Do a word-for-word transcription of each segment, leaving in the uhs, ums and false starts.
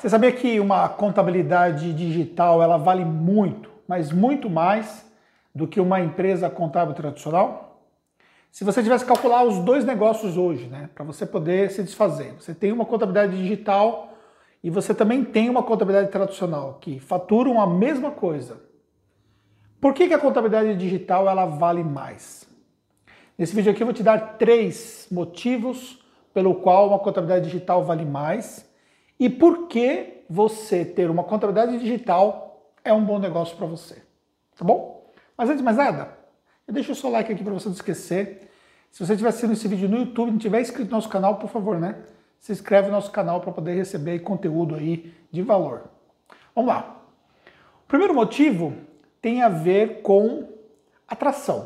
Você sabia que uma contabilidade digital ela vale muito, mas muito mais do que uma empresa contábil tradicional? Se você tivesse que calcular os dois negócios hoje, né, para você poder se desfazer, você tem uma contabilidade digital e você também tem uma contabilidade tradicional que faturam a mesma coisa. Por que que a contabilidade digital ela vale mais? Nesse vídeo aqui eu vou te dar três motivos pelo qual uma contabilidade digital vale mais e por que você ter uma contabilidade digital é um bom negócio para você, tá bom? Mas antes de mais nada, deixa o seu like aqui para você não esquecer. Se você estiver assistindo esse vídeo no YouTube e não tiver inscrito no nosso canal, por favor, né? Se inscreve no nosso canal para poder receber conteúdo aí de valor. Vamos lá. O primeiro motivo tem a ver com atração.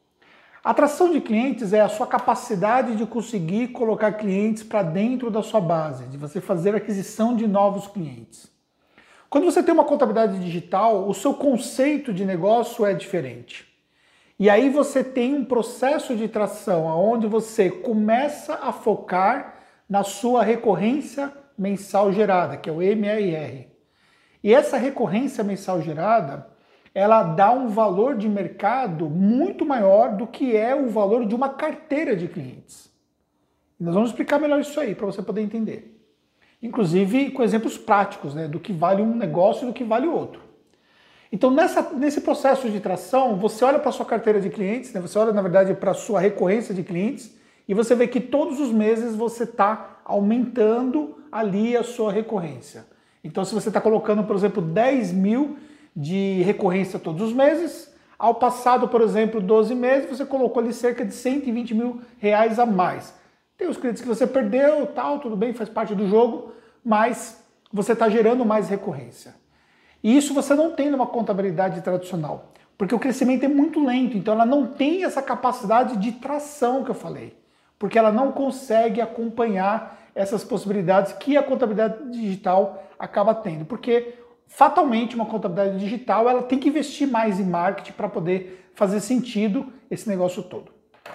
A atração de clientes é a sua capacidade de conseguir colocar clientes para dentro da sua base, de você fazer aquisição de novos clientes. Quando você tem uma contabilidade digital, o seu conceito de negócio é diferente. E aí você tem um processo de tração onde você começa a focar na sua recorrência mensal gerada, que é o M R R. E essa recorrência mensal gerada, ela dá um valor de mercado muito maior do que é o valor de uma carteira de clientes. E nós vamos explicar melhor isso aí, para você poder entender. Inclusive com exemplos práticos, né, do que vale um negócio e do que vale o outro. Então nessa, nesse processo de tração, você olha para a sua carteira de clientes, né, você olha na verdade para a sua recorrência de clientes e você vê que todos os meses você está aumentando ali a sua recorrência. Então se você está colocando, por exemplo, dez mil de recorrência todos os meses, ao passado, por exemplo, doze meses, você colocou ali cerca de cento e vinte mil reais a mais. Tem os clientes que você perdeu, tal, tudo bem, faz parte do jogo, mas você está gerando mais recorrência. E isso você não tem numa contabilidade tradicional, porque o crescimento é muito lento, então ela não tem essa capacidade de tração que eu falei, porque ela não consegue acompanhar essas possibilidades que a contabilidade digital acaba tendo, porque fatalmente uma contabilidade digital ela tem que investir mais em marketing para poder fazer sentido esse negócio todo.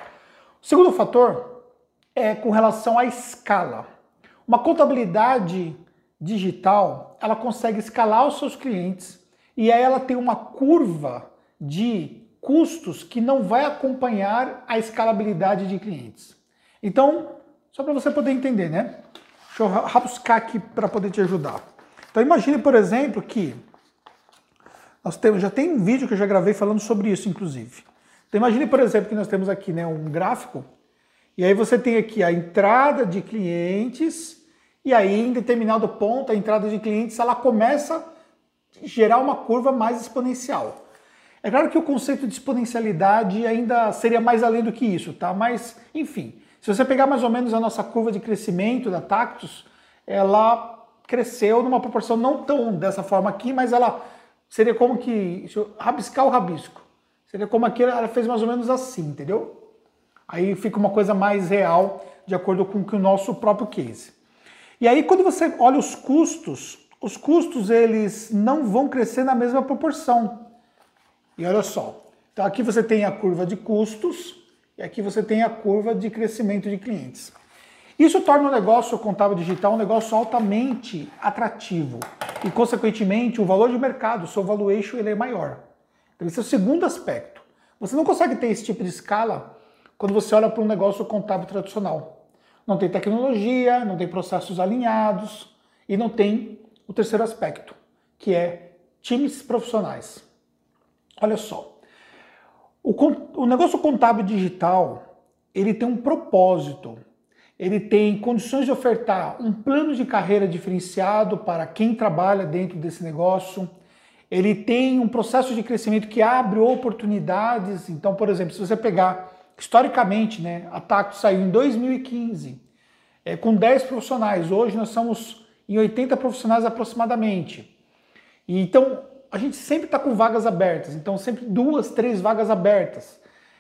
O segundo fator é com relação à escala. Uma contabilidade digital, ela consegue escalar os seus clientes e aí ela tem uma curva de custos que não vai acompanhar a escalabilidade de clientes. Então, só para você poder entender, né? Deixa eu rabuscar aqui para poder te ajudar. Então imagine, por exemplo, que nós temos, já tem um vídeo que eu já gravei falando sobre isso, inclusive. Então imagine, por exemplo, que nós temos aqui, né, um gráfico, e aí você tem aqui a entrada de clientes, e aí em determinado ponto a entrada de clientes ela começa a gerar uma curva mais exponencial. É claro que o conceito de exponencialidade ainda seria mais além do que isso, tá? Mas, enfim, se você pegar mais ou menos a nossa curva de crescimento da Tactus, ela cresceu numa proporção não tão dessa forma aqui, mas ela seria como que, deixa eu rabiscar o rabisco, seria como aqui, ela fez mais ou menos assim, entendeu? Aí fica uma coisa mais real, de acordo com o nosso próprio case. E aí quando você olha os custos, os custos eles não vão crescer na mesma proporção. E olha só, então aqui você tem a curva de custos e aqui você tem a curva de crescimento de clientes. Isso torna o negócio contábil digital um negócio altamente atrativo e, consequentemente, o valor de mercado, o seu valuation, ele é maior. Então, esse é o segundo aspecto. Você não consegue ter esse tipo de escala quando você olha para um negócio contábil tradicional. Não tem tecnologia, não tem processos alinhados e não tem o terceiro aspecto, que é times profissionais. Olha só, o, o negócio contábil digital, ele tem um propósito. Ele tem condições de ofertar um plano de carreira diferenciado para quem trabalha dentro desse negócio. Ele tem um processo de crescimento que abre oportunidades. Então, por exemplo, se você pegar historicamente, né, a Tactus saiu em dois mil e quinze é, com dez profissionais. Hoje nós somos em oitenta profissionais aproximadamente. E, então, a gente sempre está com vagas abertas. Então, sempre duas, três vagas abertas.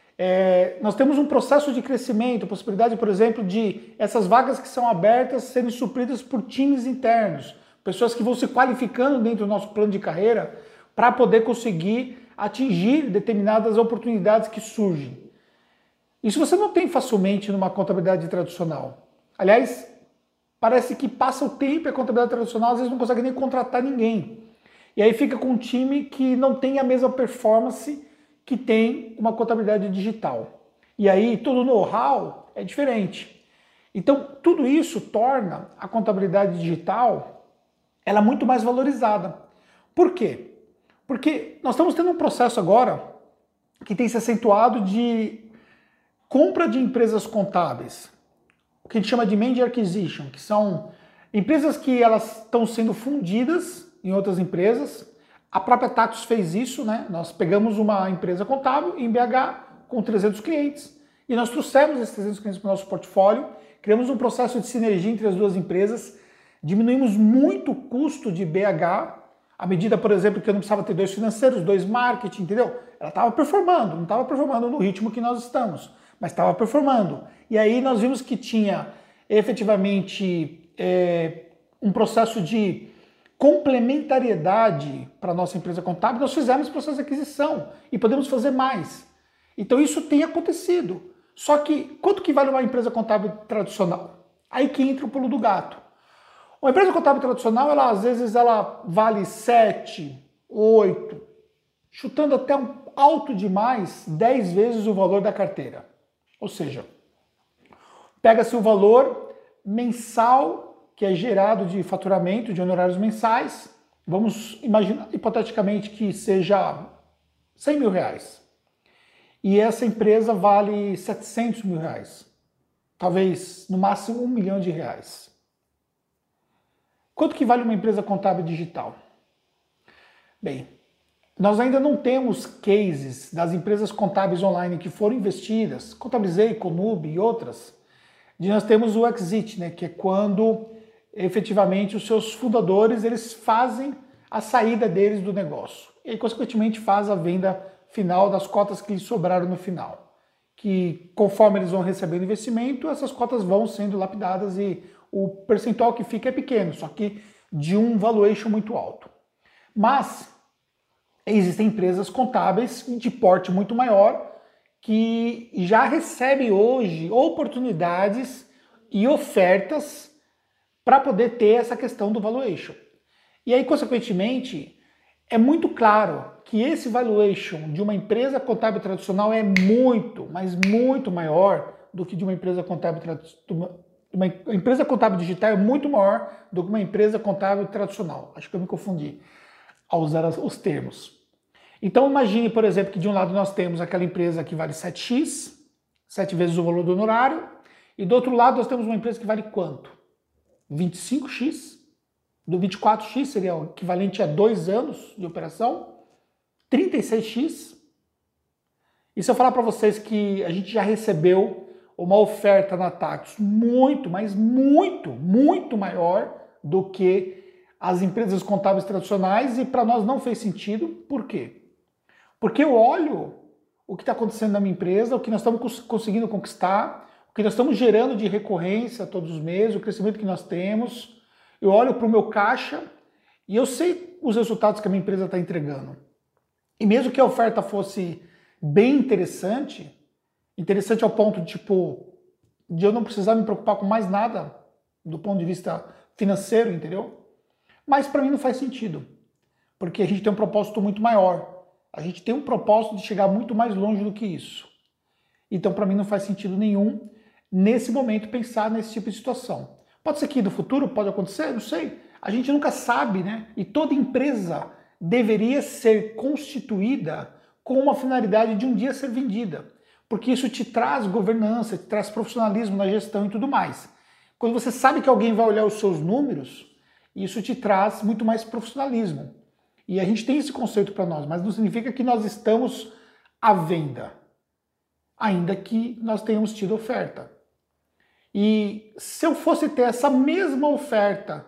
É, nós temos um processo de crescimento, possibilidade, por exemplo, de essas vagas que são abertas serem supridas por times internos, pessoas que vão se qualificando dentro do nosso plano de carreira para poder conseguir atingir determinadas oportunidades que surgem. Isso você não tem facilmente numa contabilidade tradicional. Aliás, parece que passa o tempo e a contabilidade tradicional às vezes não consegue nem contratar ninguém. E aí fica com um time que não tem a mesma performance que tem uma contabilidade digital. E aí todo o know-how é diferente. Então tudo isso torna a contabilidade digital ela muito mais valorizada. Por quê? Porque nós estamos tendo um processo agora que tem se acentuado de compra de empresas contábeis, o que a gente chama de merger acquisition, que são empresas que elas estão sendo fundidas em outras empresas. A própria Tatus fez isso, né? Nós pegamos uma empresa contábil em B H com trezentos clientes e nós trouxemos esses trezentos clientes para o nosso portfólio, criamos um processo de sinergia entre as duas empresas, diminuímos muito o custo de B H, à medida, por exemplo, que eu não precisava ter dois financeiros, dois marketing, entendeu? Ela estava performando, não estava performando no ritmo que nós estamos, mas estava performando. E aí nós vimos que tinha efetivamente é, um processo de complementariedade para a nossa empresa contábil. Nós fizemos esse processo de aquisição e podemos fazer mais. Então isso tem acontecido. Só que quanto que vale uma empresa contábil tradicional? Aí que entra o pulo do gato. Uma empresa contábil tradicional, ela, às vezes, ela vale sete, oito, chutando até um alto demais, dez vezes o valor da carteira. Ou seja, pega-se o valor mensal que é gerado de faturamento, de honorários mensais, vamos imaginar hipoteticamente que seja cem mil reais. E essa empresa vale setecentos mil reais. Talvez, no máximo, um milhão de reais. Quanto que vale uma empresa contábil digital? Bem, nós ainda não temos cases das empresas contábeis online que foram investidas, Contabilizei, Conub e outras, de nós temos o exit, né, que é quando efetivamente os seus fundadores eles fazem a saída deles do negócio e consequentemente faz a venda final das cotas que lhes sobraram no final, que conforme eles vão recebendo investimento, essas cotas vão sendo lapidadas e o percentual que fica é pequeno, só que de um valuation muito alto. Mas existem empresas contábeis de porte muito maior que já recebem hoje oportunidades e ofertas para poder ter essa questão do valuation. E aí, consequentemente, é muito claro que esse valuation de uma empresa contábil tradicional é muito, mas muito maior do que de uma empresa contábil tradicional. Uma empresa contábil digital é muito maior do que uma empresa contábil tradicional. Acho que eu me confundi ao usar os termos. Então imagine, por exemplo, que de um lado nós temos aquela empresa que vale sete x, sete vezes o valor do honorário, e do outro lado nós temos uma empresa que vale quanto? vinte e cinco x, do vinte e quatro x seria o equivalente a dois anos de operação, trinta e seis x. E se eu falar para vocês que a gente já recebeu uma oferta na Tatus muito, mas muito, muito maior do que as empresas contábeis tradicionais, e para nós não fez sentido. Por quê? Porque eu olho o que está acontecendo na minha empresa, o que nós estamos conseguindo conquistar, o que nós estamos gerando de recorrência todos os meses, o crescimento que nós temos. Eu olho para o meu caixa e eu sei os resultados que a minha empresa está entregando. E mesmo que a oferta fosse bem interessante, interessante ao ponto de, tipo, de eu não precisar me preocupar com mais nada do ponto de vista financeiro, entendeu? Mas para mim não faz sentido, porque a gente tem um propósito muito maior. A gente tem um propósito de chegar muito mais longe do que isso. Então para mim não faz sentido nenhum, nesse momento, pensar nesse tipo de situação. Pode ser que no futuro pode acontecer, não sei. A gente nunca sabe, né? E toda empresa deveria ser constituída com uma finalidade de um dia ser vendida, porque isso te traz governança, te traz profissionalismo na gestão e tudo mais. Quando você sabe que alguém vai olhar os seus números, isso te traz muito mais profissionalismo. E a gente tem esse conceito para nós, mas não significa que nós estamos à venda, ainda que nós tenhamos tido oferta. E se eu fosse ter essa mesma oferta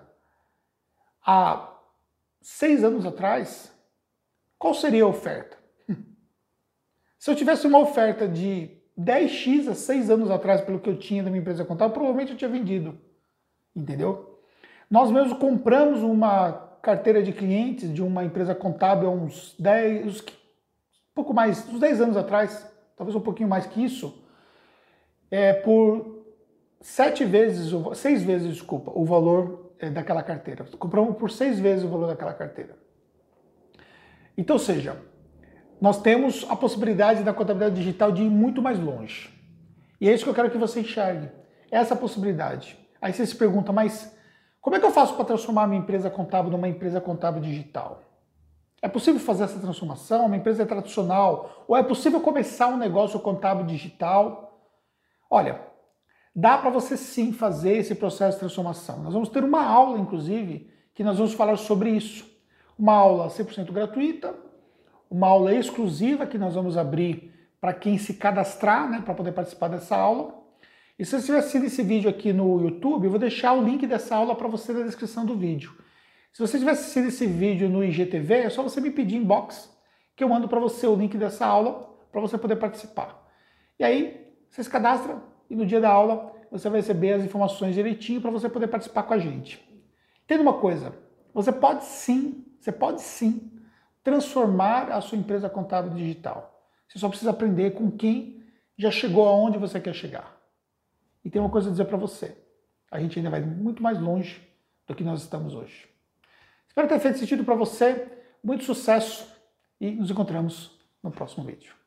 há seis anos atrás, qual seria a oferta? Se eu tivesse uma oferta de dez x há seis anos atrás, pelo que eu tinha da minha empresa contábil, provavelmente eu tinha vendido. Entendeu? Nós mesmos compramos uma carteira de clientes de uma empresa contábil há uns dez, um pouco mais, uns dez anos atrás, talvez um pouquinho mais que isso, é, por sete vezes, seis vezes, desculpa, o valor daquela carteira. Compramos por seis vezes o valor daquela carteira. Então, ou seja, nós temos a possibilidade da contabilidade digital de ir muito mais longe. E é isso que eu quero que você enxergue, essa possibilidade. Aí você se pergunta, mas como é que eu faço para transformar a minha empresa contábil numa empresa contábil digital? É possível fazer essa transformação? Uma empresa tradicional? Ou é possível começar um negócio contábil digital? Olha, dá para você sim fazer esse processo de transformação. Nós vamos ter uma aula, inclusive, que nós vamos falar sobre isso. Uma aula cem por cento gratuita, uma aula exclusiva que nós vamos abrir para quem se cadastrar, né, para poder participar dessa aula. E se você estiver assistindo esse vídeo aqui no YouTube, eu vou deixar o link dessa aula para você na descrição do vídeo. Se você estiver assistindo esse vídeo no I G T V, é só você me pedir inbox, que eu mando para você o link dessa aula, para você poder participar. E aí, você se cadastra e no dia da aula você vai receber as informações direitinho para você poder participar com a gente. Entenda uma coisa, você pode sim, você pode sim transformar a sua empresa contábil digital. Você só precisa aprender com quem já chegou aonde você quer chegar. E tem uma coisa a dizer para você, a gente ainda vai muito mais longe do que nós estamos hoje. Espero ter feito sentido para você, muito sucesso e nos encontramos no próximo vídeo.